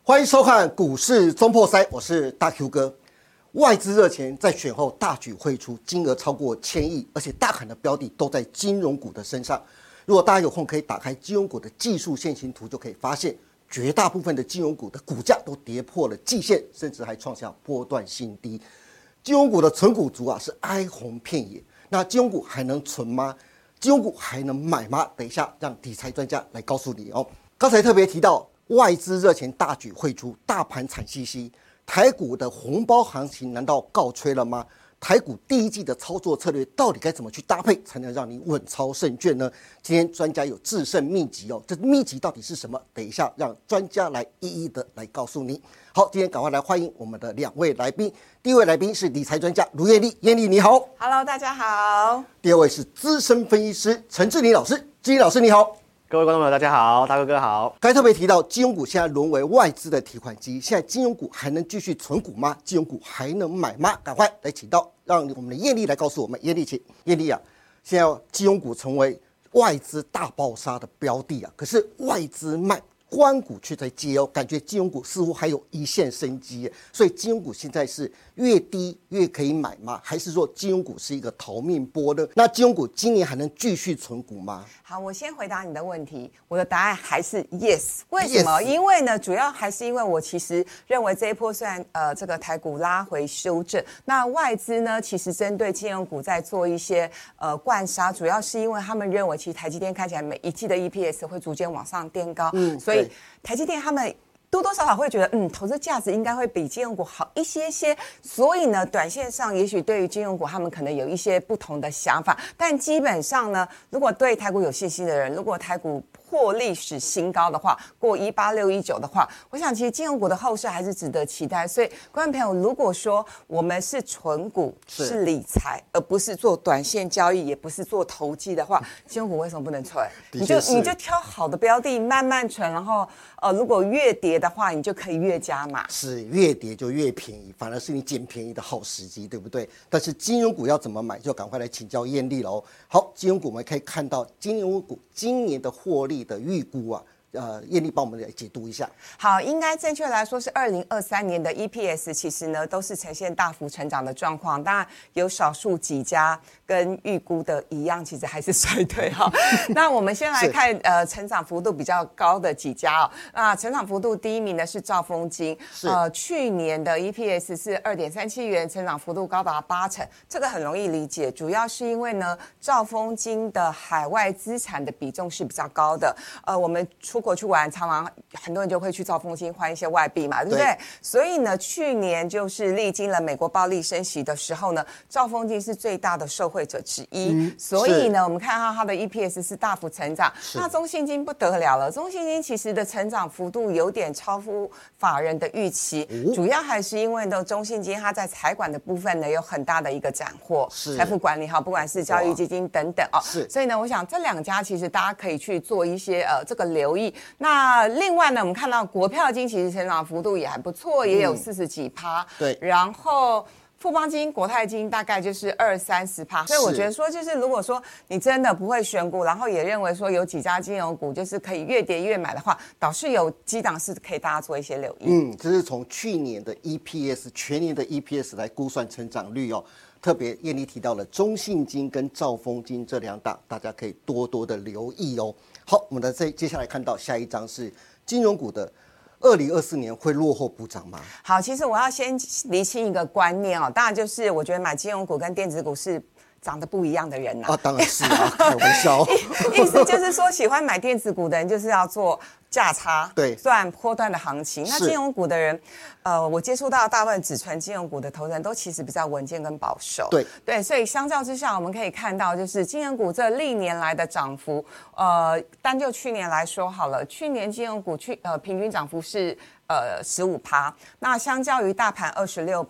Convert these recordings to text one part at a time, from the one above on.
欢迎收看股市中破塞，我是大 Q 哥。外资热钱在选后大举汇出，金额超过1000亿，而且大砍的标的都在金融股的身上。如果大家有空可以打开金融股的技术线型图，就可以发现绝大部分的金融股的股价都跌破了季线，甚至还创下波段新低。金融股的存股族是哀鸿遍野。那金融股还能存吗？金融股还能买吗？等一下让理财专家来告诉你哦。刚才特别提到外资热钱大举汇出，大盘惨兮兮，台股的红包行情难道告吹了吗？台股第一季的操作策略到底该怎么去搭配，才能让你稳操胜券呢？今天专家有制胜秘籍哦，这秘籍到底是什么？等一下让专家来一一的来告诉你。好，今天赶快来欢迎我们的2位来宾。第一位来宾是理财专家卢燕丽，燕丽你好。 Hello， 大家好。 第二位是资深分析师陈志林老师，志林老师你好。 各位观众朋友，大家好，大哥好。 刚才特别提到，金融股现在沦为外资的提款机，现在金融股还能继续存股吗？金融股还能买吗？赶快来请到，让我们的燕丽来告诉我们。燕丽，请。燕丽啊，现在金融股成为外资大爆杀的标的啊，可是外资卖，官股却在接哦，感觉金融股似乎还有一线生机，所以金融股现在是越低越可以买吗？还是说金融股是一个逃命波呢？那金融股今年还能继续存股吗？ 好，我先回答你的问题，我的答案还是 yes。为什么？ 因为呢，主要还是因为我其实认为这一波虽然这个台股拉回修正，那外资呢其实针对金融股在做一些灌杀，主要是因为他们认为其实台积电看起来每一季的 EPS 会逐渐往上垫高，所以台积电他们多多少少会觉得，投资价值应该会比金融股好一些些，所以呢，短线上也许对于金融股他们可能有一些不同的想法，但基本上呢，如果对台股有信心的人，如果台股破历史新高的话，过18619的话，我想其实金融股的后市还是值得期待。所以，观众朋友，如果说我们是存股、是理财，而不是做短线交易，也不是做投机的话，金融股为什么不能存？你就挑好的标的慢慢存，然后如果越跌的话，你就可以越加码。是越跌就越便宜，反而是你捡便宜的好时机，对不对？但是金融股要怎么买，就赶快来请教燕丽了哦。好，金融股我们可以看到金融股今年的获利的预估啊，燕丽帮我们来解读一下。 好，应该正确来说是2023年的 EPS， 其实呢都是呈现大幅成长的状况，当然有少数几家跟预估的一样，其实还是衰退哈。那我们先来看成长幅度比较高的几家哦。那成长幅度第一名的是兆丰金，去年的 EPS 是2.37元，成长幅度高达80%，这个很容易理解，主要是因为呢兆丰金的海外资产的比重是比较高的，我们出国去玩，常常很多人就会去兆丰金换一些外币嘛，对不对？所以呢，去年就是历经了美国暴力升息的时候呢，兆丰金是最大的受惠者之一。所以呢，我们看到它的 EPS 是大幅成长。那中信金不得了了，中信金其实的成长幅度有点超乎法人的预期，主要还是因为呢，中信金它在财管的部分呢有很大的一个斩获，财富管理哈，不管是教育基金等等哦。所以呢，我想这2家其实大家可以去做一些这个留意。那另外呢，我们看到国票金其实成长幅度也还不错，也有40几%。对，然后富邦金、国泰金大概就是20-30%。所以我觉得说，就是如果说你真的不会选股，然后也认为说有几家金融股就是可以越跌越买的话，倒是有几档是可以大家做一些留意。 这是从去年的 EPS 全年的 EPS 来估算成长率哦。特别燕丽提到了中信金跟兆丰金这2档，大家可以多多的留意哦。好，我们接下来看到下一张是金融股的2024年会落后补涨吗？ 好，其实我要先厘清一个观念哦，当然就是我觉得买金融股跟电子股是长得不一样的人呐。 当然是啊，开玩笑。 意思就是说，喜欢买电子股的人就是要做价差， 对， 赚波段的行情。那金融股的人，我接触到大部分只存金融股的投资人都其实比较稳健跟保守，对，所以相较之下，我们可以看到，就是金融股这历年来的涨幅，单就去年来说好了，去年金融股平均涨幅是15%，那相较于大盘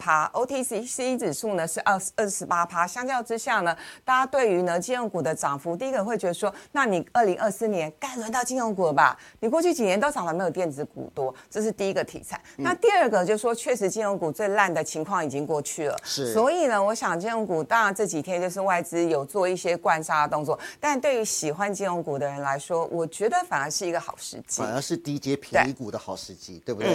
26%，OTC 指数呢是28%，相较之下呢，大家对于呢金融股的涨幅，第一个会觉得说，那你2024年该轮到金融股了吧？你过去几年都涨得没有电子股多，这是第一个题材。那第二个就是说，确实金融股最烂的情况已经过去了，所以呢，我想金融股当然这几天就是外资有做一些灌杀的动作，但对于喜欢金融股的人来说，我觉得反而是一个好时机， 反而是低阶便宜股的好时机，对不对？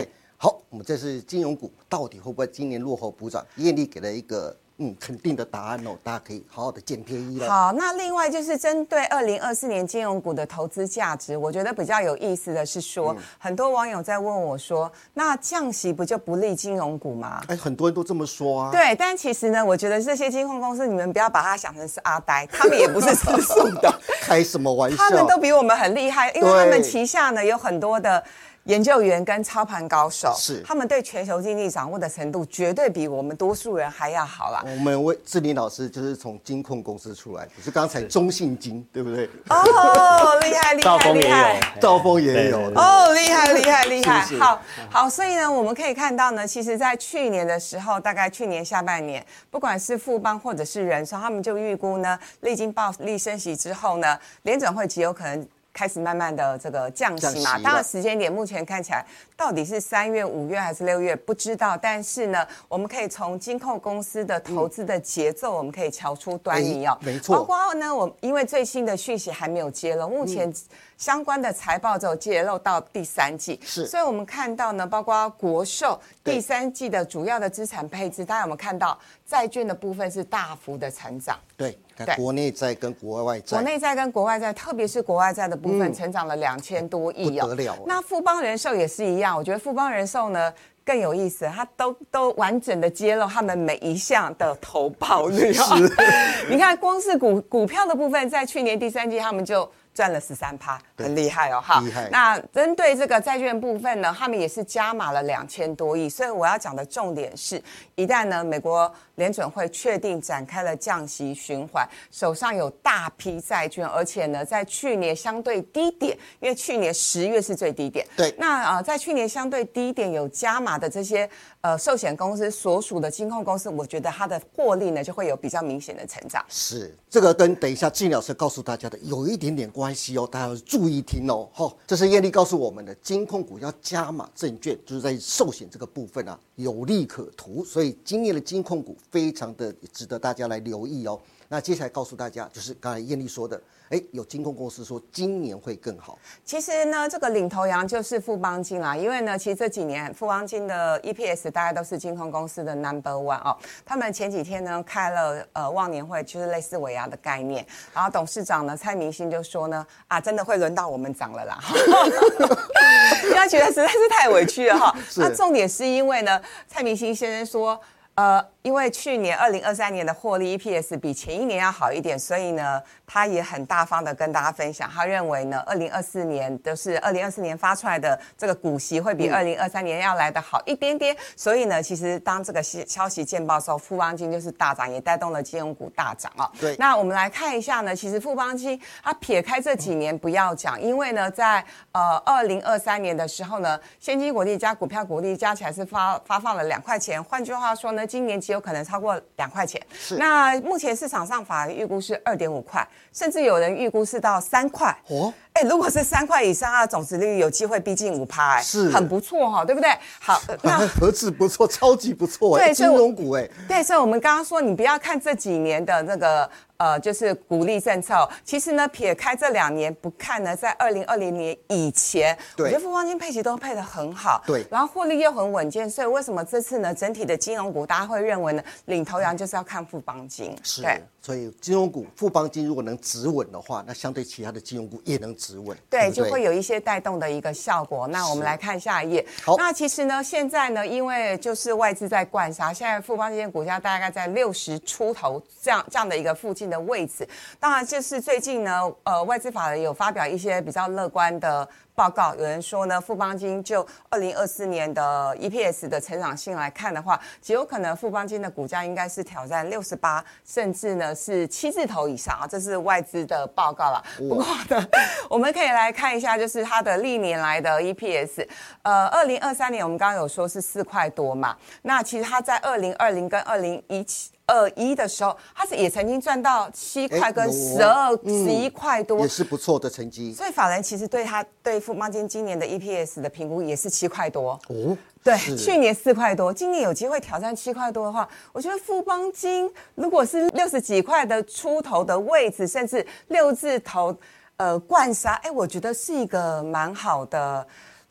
好，我们这是金融股到底会不会今年落后补涨？燕俐给了一个肯定的答案哦，大家可以好好的捡便宜了。 好，那另外就是针对2024年金融股的投资价值，我觉得比较有意思的是说，很多网友在问我说，那降息不就不利金融股吗？ 很多人都这么说啊。 对，但其实呢，我觉得这些金控公司，你们不要把它想成是阿呆，他们也不是吃素的， 开什么玩笑？ 他们都比我们很厉害，因为他们旗下呢有很多的研究员跟操盘高手， 是他们对全球经济掌握的程度绝对比我们多数人还要好啦。 我们志玲老师就是从金控公司出来，是刚才中信金，对不对？ 哦，厉害厉兆丰也害厉害！ 有， 兆丰也有哦，厉害厉害厉害！ 是好，所以呢，我们可以看到呢，其实在去年的时候，大概去年下半年，不管是富邦或者是人寿，他们就预估呢，历经暴力升息之后呢，联准会极有可能开始慢慢的这个降息嘛，当然时间点目前看起来到底是3月、5月还是6月不知道，但是呢，我们可以从金控公司的投资的节奏，我们可以瞧出端倪哦。 没错。 包括呢，我因为最新的讯息还没有揭露，目前相关的财报只有揭露到第3季， 是， 所以我们看到呢，包括国寿第3季的主要的资产配置，大家有没有看到债券的部分是大幅的成长？ 对。国内债跟国外债， 国内债跟国外债，特别是国外债的部分，成长了2000多亿哦，不得了。 那富邦人寿也是一样，我觉得富邦人寿呢更有意思，它都完整的揭露他们每一项的投报率啊。你看，光是股票的部分，在去年第3季他们就赚了13%，很厉害哦。好，那针对这个债券部分呢，他们也是加码了2000多亿。所以我要讲的重点是，一旦呢美国联准会确定展开了降息循环，手上有大批债券，而且呢在去年相对低点，因为去年10月是最低点。 对。 那在去年相对低点有加码的这些寿险公司所属的金控公司，我觉得它的获利呢就会有比较明显的成长。 是，这个跟等一下季老师告诉大家的有一点点关系哦，大家要注意听哦。这是燕俐告诉我们的，金控股要加码证券，就是在寿险这个部分啊，有利可图，所以今年的金控股非常的值得大家来留意哦。那接下来告诉大家，就是刚才燕俐说的，有金控公司说今年会更好。 其实呢，这个领头羊就是富邦金啦，因为呢，其实这几年富邦金的 EPS 大概都是金控公司的 No.1 哦。他们前几天呢开了忘年会，就是类似尾牙的概念，然后董事长呢蔡明兴就说呢，真的会轮到我们涨了啦，因为他觉得实在是太委屈了哈。那重点是因为呢，蔡明兴先生说。因为去年2023年的获利 EPS 比前一年要好一点，所以呢，他也很大方的跟大家分享，他认为呢，2024年就是2024年发出来的这个股息会比2023年要来的好一点点。所以呢，其实当这个消息见报的时候，富邦金就是大涨，也带动了金融股大涨哦。 对。 那我们来看一下呢，其实富邦金它撇开这几年不要讲，因为呢，在2023年的时候呢，现金股利加股票股利加起来是发放了2块钱，换句话说呢，今年极有可能超过2块钱。那目前市场上法人预估是2.5块，甚至有人预估是到3块。如果是3块以上，它的总殖利率有机会逼近5%， 是很不错哈，对不对？好， 那何止不错，超级不错哎，金融股哎。 对，所以我们刚刚说，你不要看这几年的那个就是鼓励政策，其实呢，撇开这2年不看呢，在2020年以前，我觉得富邦金配息都配得很好， 对， 然后获利又很稳健，所以为什么这次呢，整体的金融股大家会认为呢，领头羊就是要看富邦金， 是，所以金融股富邦金如果能止稳的话，那相对其他的金融股也能止稳， 对，就会有一些带动的一个效果。那我们来看下一页。好，那其实呢，现在呢，因为就是外资在灌杀，现在富邦金股价大概在60出头这样的一个附近的位置。当然，就是最近呢，外资法人有发表一些比较乐观的报告，有人说呢，富邦金就2024年的 EPS 的成长性来看的话，极有可能富邦金的股价应该是挑战68，甚至呢是7字头以上啊，这是外资的报告啦。不过呢，我们可以来看一下，就是它的历年来的 EPS， 2023年我们刚刚有说是4块多嘛，那其实它在2020跟2021的时候，它也曾经赚到7块跟11块多， 也是不错的成绩。 所以法人其实对富邦金今年的 EPS 的评估也是7块多哦。对，去年4块多，今年有机会挑战7块多的话，我觉得富邦金如果是60几块的出头的位置，甚至6字头灌杀，我觉得是一个蛮好的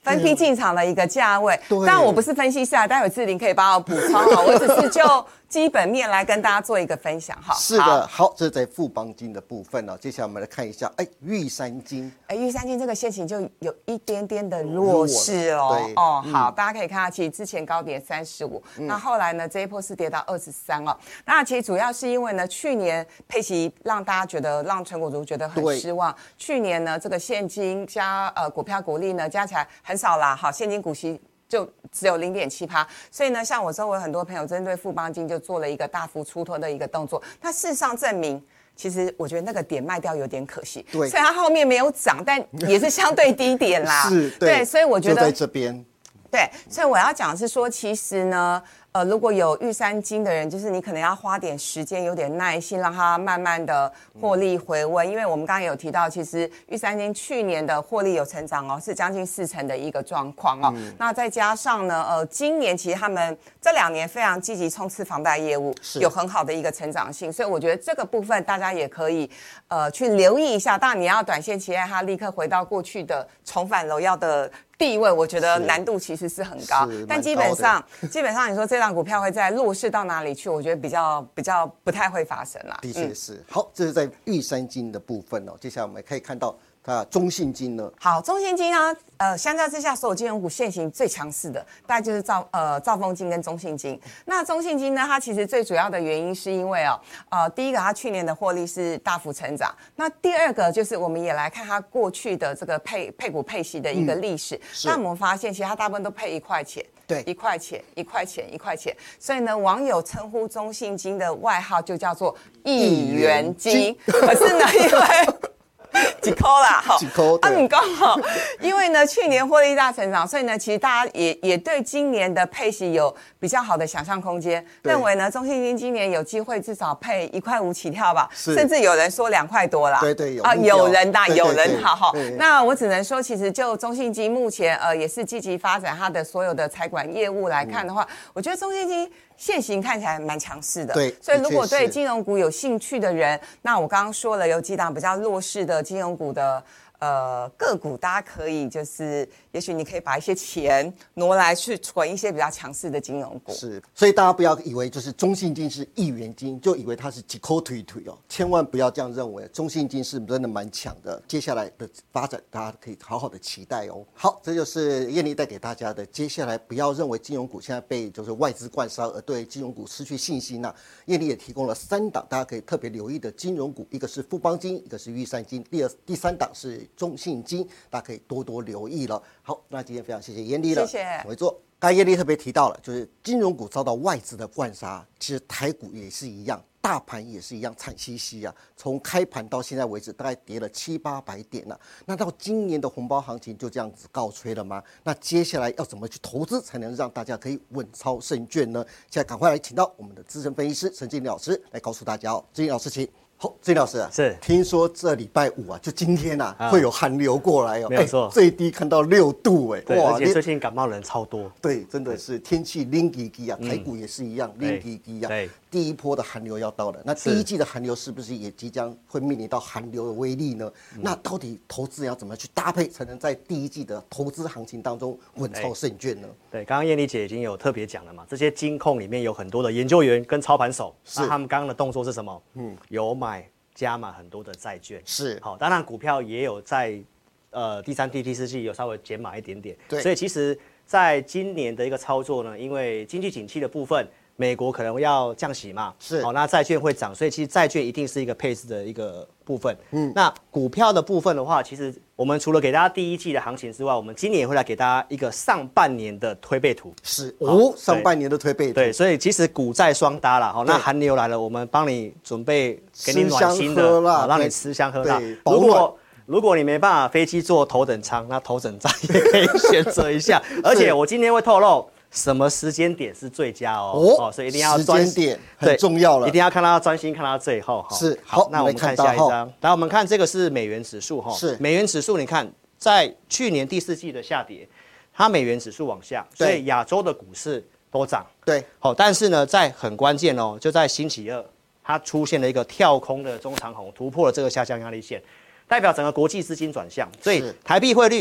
分批进场的一个价位。 对， 但我不是分析师啊，待会志玲可以帮我补充哈，我只是就基本面来跟大家做一个分享哈。 是的，好，这是在富邦金的部分接下来我们来看一下，玉山金， 玉山金这个线型就有一点点的弱势哦。 对好，大家可以看到，其实之前高点35，那后来呢这一波是跌到23哦。那其实主要是因为呢，去年配息让大家觉得让纯股族觉得很失望。去年呢，这个现金加股票股利呢加起来很少啦，好，现金股息就只有0.7%，所以呢，像我周围很多朋友针对富邦金就做了一个大幅出脱的一个动作。那事实上证明，其实我觉得那个点卖掉有点可惜， 对， 所以它后面没有涨，但也是相对低点啦。 是， 对，所以我觉得就在这边。 对，所以我要讲的是说，其实呢。如果有玉山金的人，就是你可能要花点时间，有点耐心，让它慢慢的获利回温。因为我们刚刚有提到，其实玉山金去年的获利有成长哦，是将近40%的一个状况哦。那再加上呢，今年其实他们这2年非常积极冲刺房贷业务，有很好的一个成长性，所以我觉得这个部分大家也可以去留意一下。当然你要短线期待它立刻回到过去的重返荣耀的地位，我觉得难度其实是很高，但基本上你说这档股票会在弱势到哪里去，我觉得比较不太会发生啦。 的确是。好，这是在玉山金的部分接下来我们可以看到它中信金呢。 好，中信金呢，相较之下，所有金融股现行最强势的，大概就是兆丰金跟中信金。那中信金呢，它其实最主要的原因是因为第一个它去年的获利是大幅成长，那第二个就是我们也来看它过去的这个配股配息的一个历史。那我们发现，其实它大部分都配1块钱。 对 ，1块钱，1块钱，1块钱，所以呢，网友称呼中信金的外号就叫做1元金。可是呢，因为几扣啦，好， 几扣， 很高好，因为呢，去年获利大成长，所以呢，其实大家也对今年的配息有比较好的想象空间，认为呢，中信金今年有机会至少配1.5块起跳吧，甚至有人说2块多啦， 对， 有人好，那我只能说，其实就中信金目前也是积极发展它的所有的财管业务来看的话，我觉得中信金现行看起来蛮强势的， 对， 所以如果对金融股有兴趣的人，那我刚刚说了有几档比较弱势的金融股的个股，大家可以就是也许你可以把一些钱挪来去存一些比较强势的金融股。 是，所以大家不要以为就是中信金是1元金，就以为它是几口腿千万不要这样认为。中信金是真的蛮强的，接下来的发展大家可以好好的期待哦。好，这就是燕妮带给大家的。接下来不要认为金融股现在被就是外资灌烧而对金融股失去信心燕妮也提供了3档大家可以特别留意的金融股，一个是富邦金，一个是玉山金，第3档是中信金，大家可以多多留意了。好，那今天非常谢谢燕妮了， 谢谢。 回座。刚才燕妮特别提到了，就是金融股遭到外资的灌杀，其实台股也是一样，大盘也是一样惨兮兮啊。从开盘到现在为止，大概跌了700-800点了。那到今年的红包行情就这样子告吹了吗？那接下来要怎么去投资才能让大家可以稳操胜券呢？现在赶快来请到我们的资深分析师陈经理老师来告诉大家哦。经理老师，请。好，郑老师是听说这礼拜5就今天会有寒流过来没有错， 最低看到6度对，而且最近感冒人超多， 对，真的是天气冷叽叽台股也是一样冷叽叽对， 第一波的寒流要到了，那第一季的寒流是不是也即将会面临到寒流的威力呢？那到底投资人要怎么去搭配，才能在第一季的投资行情当中稳操胜券呢？ 对，刚刚燕妮姐已经有特别讲了嘛，这些金控里面有很多的研究员跟操盘手，那他们刚刚的动作是什么？有买加码很多的债券， 是好，当然股票也有在第3季、第4季有稍微减码一点点， 对， 所以其实在今年的一个操作呢，因为经济景气的部分，美国可能要降息嘛， 是好，那债券会涨，所以其实债券一定是一个配置的一个部分。那股票的部分的话，其实我们除了给大家第一季的行情之外，我们今年也会来给大家一个上半年的推背图。 是上半年的推背图。 对，所以其实股债双搭啦，好，那寒流来了，我们帮你准备给你暖心的，让你吃香喝辣。如果你没办法飞机坐头等舱，那头等舱也可以选择一下。而且我今天会透露什么时间点是最佳哦，所以一定要时间点很重要了， 一定要看到专心看到最后哈。 是好，那我们看下一张，来我们看这个是美元指数哈。 是美元指数，你看在去年第4季的下跌，它美元指数往下，所以亚洲的股市都涨。 对， 好，但是呢，在很关键哦，就在星期二，它出现了一个跳空的中长红，突破了这个下降压力线。代表整个国际资金转向，所以台币汇率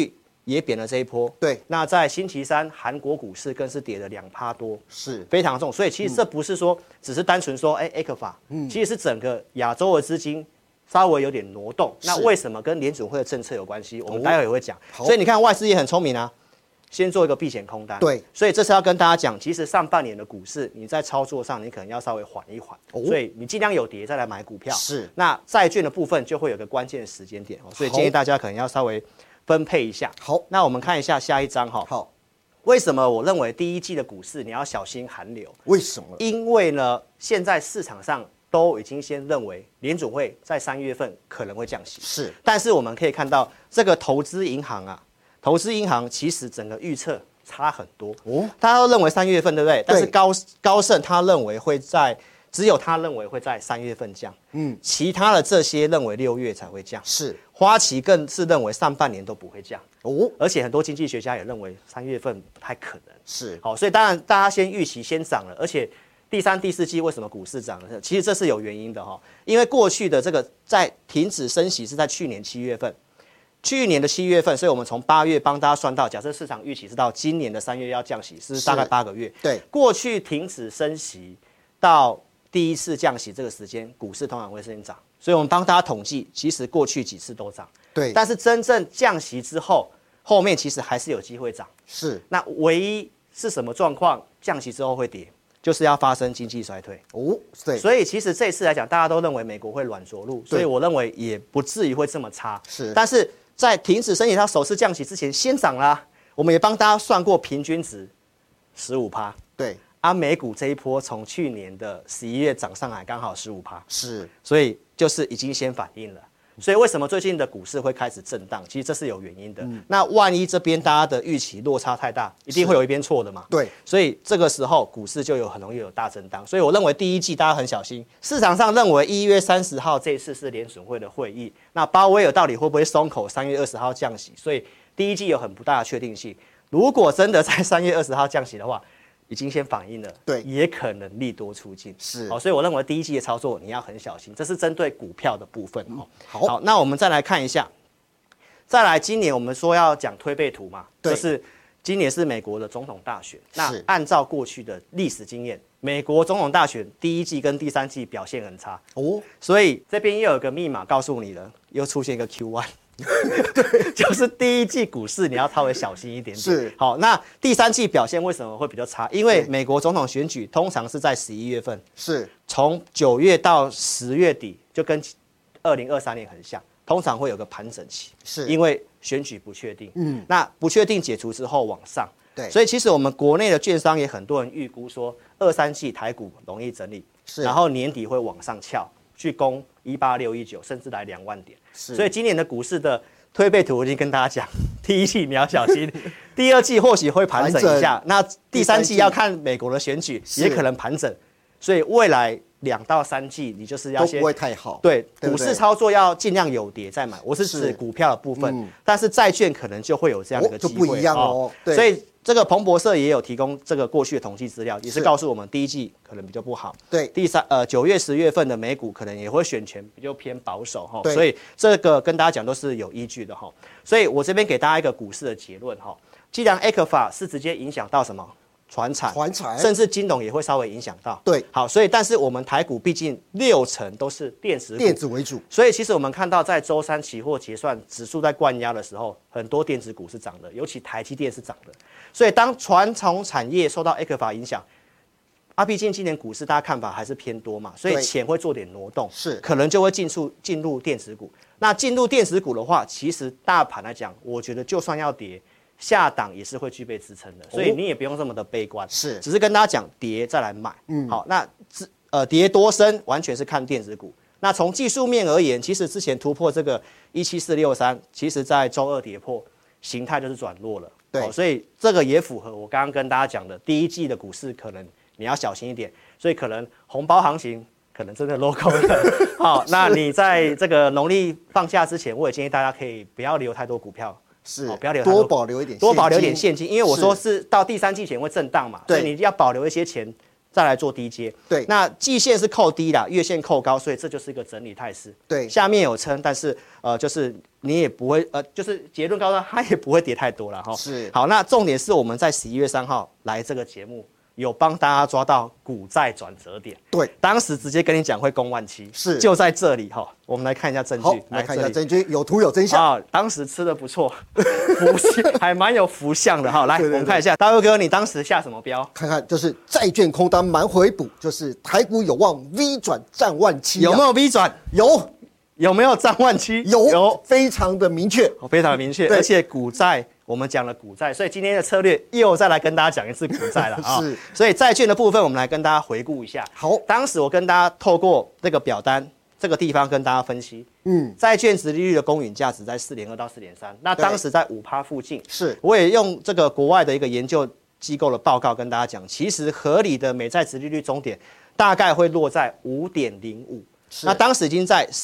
也贬了这一波。 对， 那在星期三，韩国股市更是跌了2%多， 是非常重。所以其实这不是说只是单纯说ECFA，其实是整个亚洲的资金稍微有点挪动。那为什么跟联准会的政策有关系？我们待会也会讲。所以你看外资也很聪明啊。先做一个避险空单， 对， 所以这是要跟大家讲，其实上半年的股市，你在操作上，你可能要稍微缓一缓，所以你尽量有跌再来买股票。 是， 那债券的部分就会有个关键的时间点，所以建议大家可能要稍微分配一下。 好， 那我们看一下下一章哈。 好， 为什么我认为第一季的股市你要小心寒流？ 为什么？ 因为呢，现在市场上都已经先认为联准会在3月份可能会降息， 是， 但是我们可以看到这个投资银行啊，投资银行其实整个预测差很多哦，大家都认为3月份对不对？但是高盛他认为只有他认为会在3月份降，其他的这些认为6月才会降， 是， 花旗更是认为上半年都不会降哦， 而且很多经济学家也认为3月份不太可能， 是， 好，所以当然大家先预期先涨了，而且第3、第4季为什么股市涨了？其实这是有原因的哈，因为过去的这个在停止升息是在去年7月份。去年的7月份，所以我们从8月帮大家算到，假设市场预期是到今年的3月要降息，是大概8个月。 对， 过去停止升息到第一次降息这个时间，股市通常会先涨。所以我们帮大家统计，其实过去几次都涨。 对， 但是真正降息之后，后面其实还是有机会涨。 是。 那唯一是什么状况？降息之后会跌，就是要发生经济衰退。 哦，对。 所以其实这一次来讲，大家都认为美国会软着陆，所以我认为也不至于会这么差。 是， 但是在停止升息，它首次降息之前先涨啦。我们也帮大家算过平均值，15%。 对， 美股这一波从去年的11月涨上来，刚好15%。 是， 所以就是已经先反应了。所以为什么最近的股市会开始震荡？其实这是有原因的。那万一这边大家的预期落差太大，一定会有一边错的嘛。 对， 所以这个时候股市就很容易有大震荡。所以我认为第一季大家很小心。市场上认为1月30号这一次是联准会的会议，那鲍威尔到底会不会松口3月20号降息？所以第一季有很不大的确定性。如果真的在3月20号降息的话，已经先反映了， 对， 也可能利多出尽， 是， 好，所以我认为第一季的操作你要很小心，这是针对股票的部分。 好， 那我们再来看一下，再来今年我们说要讲推背图嘛，就是今年是美国的总统大选，那按照过去的历史经验，美国总统大选第一季跟第3季表现很差哦，所以这边又有个密码告诉你了，又出现一个 Q1。对，就是第一季股市你要稍微小心一点点。 是， 好，那第3季表现为什么会比较差？因为美国总统选举通常是在11月份， 是从9月到10月底，就跟2023年很像，通常会有个盘整期， 是因为选举不确定。那不确定解除之后往上， 对， 所以其实我们国内的券商也很多人预估说，2、3季台股容易整理， 是， 然后年底会往上翘，去攻18619，甚至来2万点。所以今年的股市的推背图我已经跟大家讲，第一季你要小心，第2季或许会盘整一下，那第3季要看美国的选举，也可能盘整，所以未来2到3季你就是要先都不会太好。 对，股市操作要尽量有跌再买，我是指股票的部分，但是债券可能就会有这样的一个机会， 就不一样哦。对， 所以这个彭博社也有提供这个过去的统计资料，也是告诉我们第一季可能比较不好。 对， 9月、10月份的美股可能也会选权比较偏保守哈，所以这个跟大家讲都是有依据的哈。所以我这边给大家一个股市的结论哈，既然 ECFA 是直接影响到什么？传产，甚至金融也会稍微影响到。 对， 好，所以但是我们台股毕竟60%都是电子为主， 所以其实我们看到在周3期货结算指数在灌压的时候，很多电子股是涨的，尤其台积电是涨的。所以当传统产业受到 ECFA 影响，毕竟今年股市大家看法还是偏多嘛，所以钱会做点挪动， 是可能就会进入电子股。那进入电子股的话，其实大盘来讲，我觉得就算要跌，下档也是会具备支撑的，所以你也不用这么的悲观， 是， 只是跟大家讲跌再来买。好，那跌多深完全是看电子股。那从技术面而言，其实之前突破这个17463，其实在周2跌破，形态就是转弱了。 对， 所以这个也符合我刚刚跟大家讲的，第一季的股市可能你要小心一点，所以可能红包行情可能真的落空了。好，那你在这个农历放假之前，我也建议大家可以不要留太多股票。 是， 不要留多保留一点， 多保留一点现金，因为我说是到第3季前会震荡嘛，所以你要保留一些钱再来做低接。 对， 那季线是扣低啦，月线扣高，所以这就是一个整理态势。 对， 下面有撑，但是就是你也不会就是结论告诉他，它也不会跌太多了哈。 是。 好，那重点是我们在11月3号来这个节目，有帮大家抓到股债转折点。 对， 当时直接跟你讲会攻万七， 是就在这里哈。我们来看一下证据， 好，来看一下证据，有图有真相。 当时吃的不错，福相还蛮有福相的哈。来，我们看一下，大佑哥，你当时下什么标？ 看看，就是债券空单满回补，就是台股有望 V 转站万七。 有没有 V 转？有没有站万七？ 有，非常的明确， 非常的明确。而且股债，我们讲了股债，所以今天的策略又再来跟大家讲一次股债了啊。 是。 所以债券的部分，我们来跟大家回顾一下。 好， 当时我跟大家透过这个表单。这个地方跟大家分析，债券殖利率的公允价值在4.2到4.3，那当时在5%附近。是，我也用这个国外的一个研究机构的报告跟大家讲，其实合理的美债殖利率终点大概会落在5.05，那当时已经在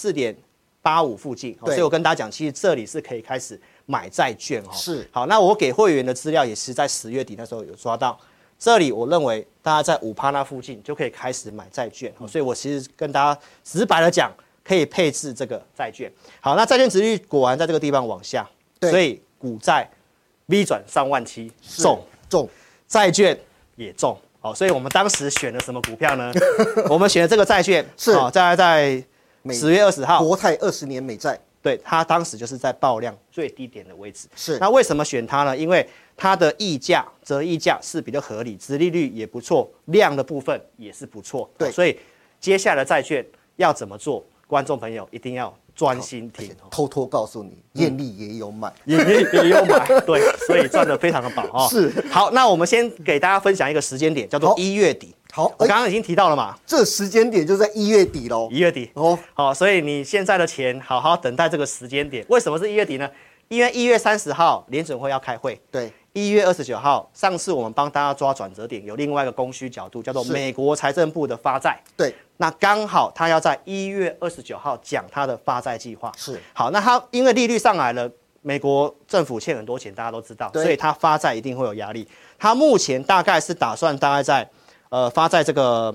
4.85附近，所以我跟大家讲，其实这里是可以开始买债券哦。是，好，那我给会员的资料也是在10月底那时候有抓到。这里我认为大家在5%那附近就可以开始买债券，所以我其实跟大家直白的讲，可以配置这个债券。好，那债券殖利率果然在这个地方往下，所以股债 V 转上万七中，债券也中。好，所以我们当时选了什么股票呢？我们选了这个债券，是在10月20号， 国泰20年美债。 对，它当时就是在爆量最低点的位置。是，那为什么选它呢？因为它的折溢价是比较合理，殖利率也不错，量的部分也是不错。对，所以接下来的债券要怎么做，观众朋友一定要专心听。 偷偷告诉你，艳丽也有买， 也有买，对，所以赚得非常的饱啊。是，好，那我们先给大家分享一个时间点，叫做1月底。好，我刚刚已经提到了嘛， 这时间点就在1月底喽。 1月底哦，好，所以你现在的钱好好等待这个时间点。为什么是1月底呢？因为1月30号联准会要开会，对，1月29号，上次我们帮大家抓转折点，有另外一个供需角度，叫做美国财政部的发债，对，那刚好他要在1月29号讲他的发债计划，是，好，那他因为利率上来了，美国政府欠很多钱，大家都知道，所以他发债一定会有压力。他目前大概是打算大概在发在这个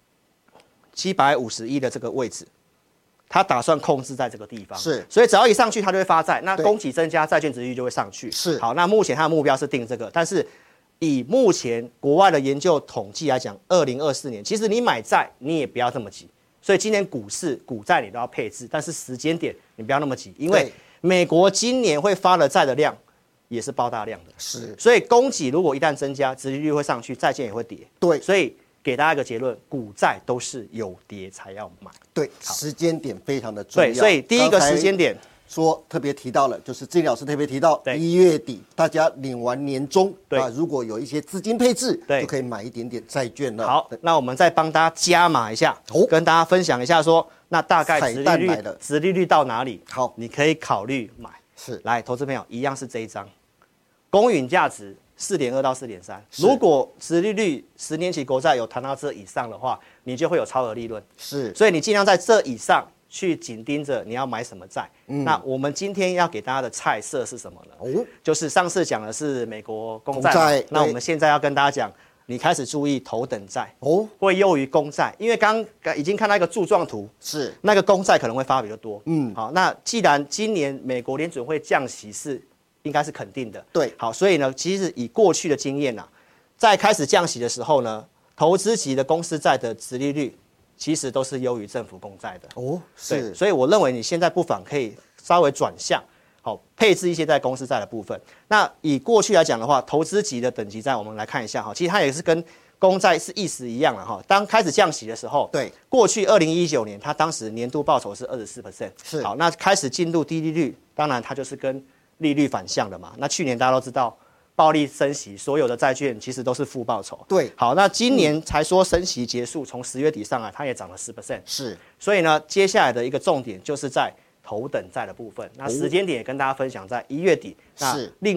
750亿的这个位置，他打算控制在这个地方，是，所以只要一上去，他就会发债，那供给增加，债券殖利率就会上去，是。好，那目前他的目标是定这个，但是以目前国外的研究统计来讲，2024年其实你买债你也不要这么急，所以今年股市股债你都要配置，但是时间点你不要那么急，因为美国今年会发的债的量也是爆大量的，是，所以供给如果一旦增加，殖利率会上去，债券也会跌，对，所以给大家一个结论，股债都是有跌才要买，对， 时间点非常的重要， 对，所以第一个时间点说特别提到了，就是志玲老师特别提到1月底大家领完年终，对啊，如果有一些资金配置，对，就可以买一点点债券了。 好，那我们再帮大家加码一下，跟大家分享一下说，那大概殖利率到哪里？好，你可以考虑买。是，来，投资朋友一样是这一张。公允价值4.2到4.3，如果殖利率10年期国债有谈到这以上的话，你就会有超额利润。是，所以你尽量在这以上去紧盯着你要买什么债。那我们今天要给大家的菜色是什么呢？就是上次讲的是美国公债，那我们现在要跟大家讲，你开始注意头等债会优于公债，因为刚已经看到一个柱状图，是那个公债可能会发比较多。好，那既然今年美国联准会降息是应该是肯定的，对，好，所以呢，其实以过去的经验啊，在开始降息的时候呢，投资级的公司债的殖利率其实都是优于政府公债的。哦，是，所以我认为你现在不妨可以稍微转向，好，配置一些在公司债的部分。那以过去来讲的话，投资级的等级债，我们来看一下哈，其实它也是跟公债是意思一样了哈。当开始降息的时候，对，过去2019年它当时年度报酬是24%，是，好，那开始进入低利率，当然它就是跟利率反向的嘛，那去年大家都知道，暴力升息，所有的债券其实都是负报酬。对，好，那今年才说升息结束，从10月底上来，它也涨了10%。是，所以呢，接下来的一个重点就是在头等债的部分。那时间点也跟大家分享在1月底。那另外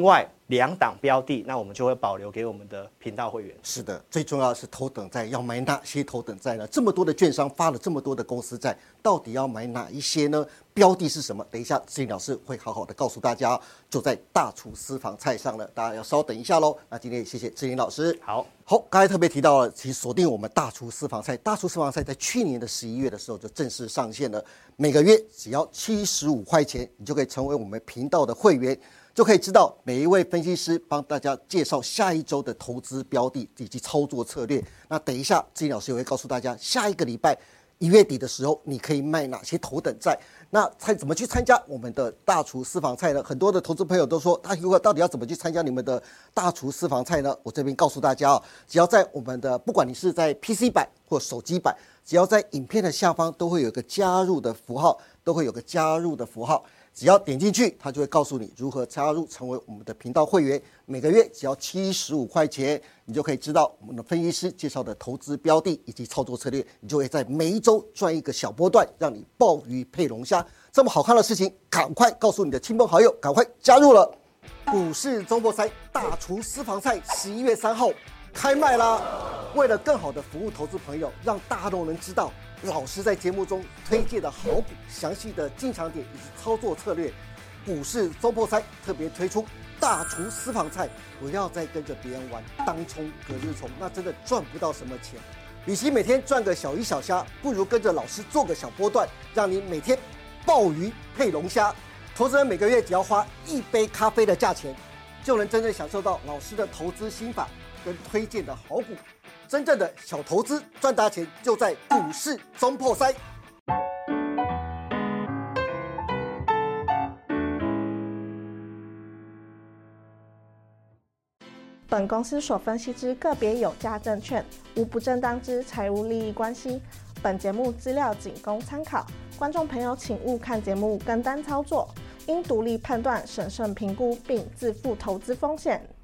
2档标的，那我们就会保留给我们的频道会员。 是的，最重要的是头等债要买哪些头等债呢？这么多的券商发了这么多的公司债，到底要买哪一些呢？标的是什么？等一下志霖老师会好好的告诉大家，就在大厨私房菜上了，大家要稍等一下喽。那今天也谢谢志霖老师。 好， 刚才特别提到了，其实锁定我们大厨私房菜，大厨私房菜在去年的11月的时候就正式上线了，每个月只要75块钱，你就可以成为我们频道的会员。就可以知道每一位分析师帮大家介绍下一周的投资标的以及操作策略。那等一下志霖老师也会告诉大家，下一个礼拜1月底的时候，你可以卖哪些头等债。那怎么去参加我们的大厨私房菜呢？很多的投资朋友都说，大哥到底要怎么去参加你们的大厨私房菜呢？我这边告诉大家只要在我们的不管你是在 PC 版或手机版，只要在影片的下方都会有一个加入的符号，只要点进去，它就会告诉你如何加入成为我们的频道会员。每个月只要75块钱，你就可以知道我们的分析师介绍的投资标的以及操作策略，你就会在每一周赚一个小波段，让你鲍鱼配龙虾。这么好看的事情，赶快告诉你的亲朋好友，赶快加入了。股市中破塞大厨私房菜11月3号开卖啦！为了更好的服务投资朋友，让大众能知道老师在节目中推荐的好股、详细的进场点以及操作策略，股市中破塞特别推出大厨私房菜，不要再跟着别人玩当冲、隔日冲，那真的赚不到什么钱。与其每天赚个小鱼小虾，不如跟着老师做个小波段，让你每天鲍鱼配龙虾。投资人每个月只要花1杯咖啡的价钱，就能真正享受到老师的投资心法跟推荐的好股。真正的小投资赚大钱，就在股市中破塞。 本公司所分析之个别有价证券，无不正当之财务利益关系。本节目资料仅供参考，观众朋友请勿看节目跟单操作，应独立判断、审慎评估，并自负投资风险。